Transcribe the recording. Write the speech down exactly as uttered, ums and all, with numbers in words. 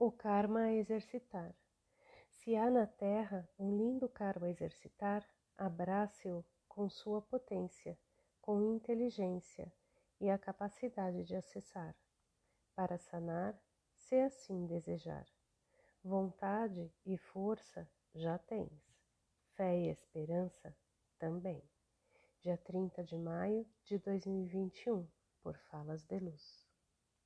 O karma a exercitar. Se há na terra um lindo karma a exercitar, abrace-o com sua potência, com inteligência e a capacidade de acessar, para sanar, se assim desejar. Vontade e força já tens, fé e esperança também. Dia trinta de maio de dois mil e vinte e um, por Falas de Luz.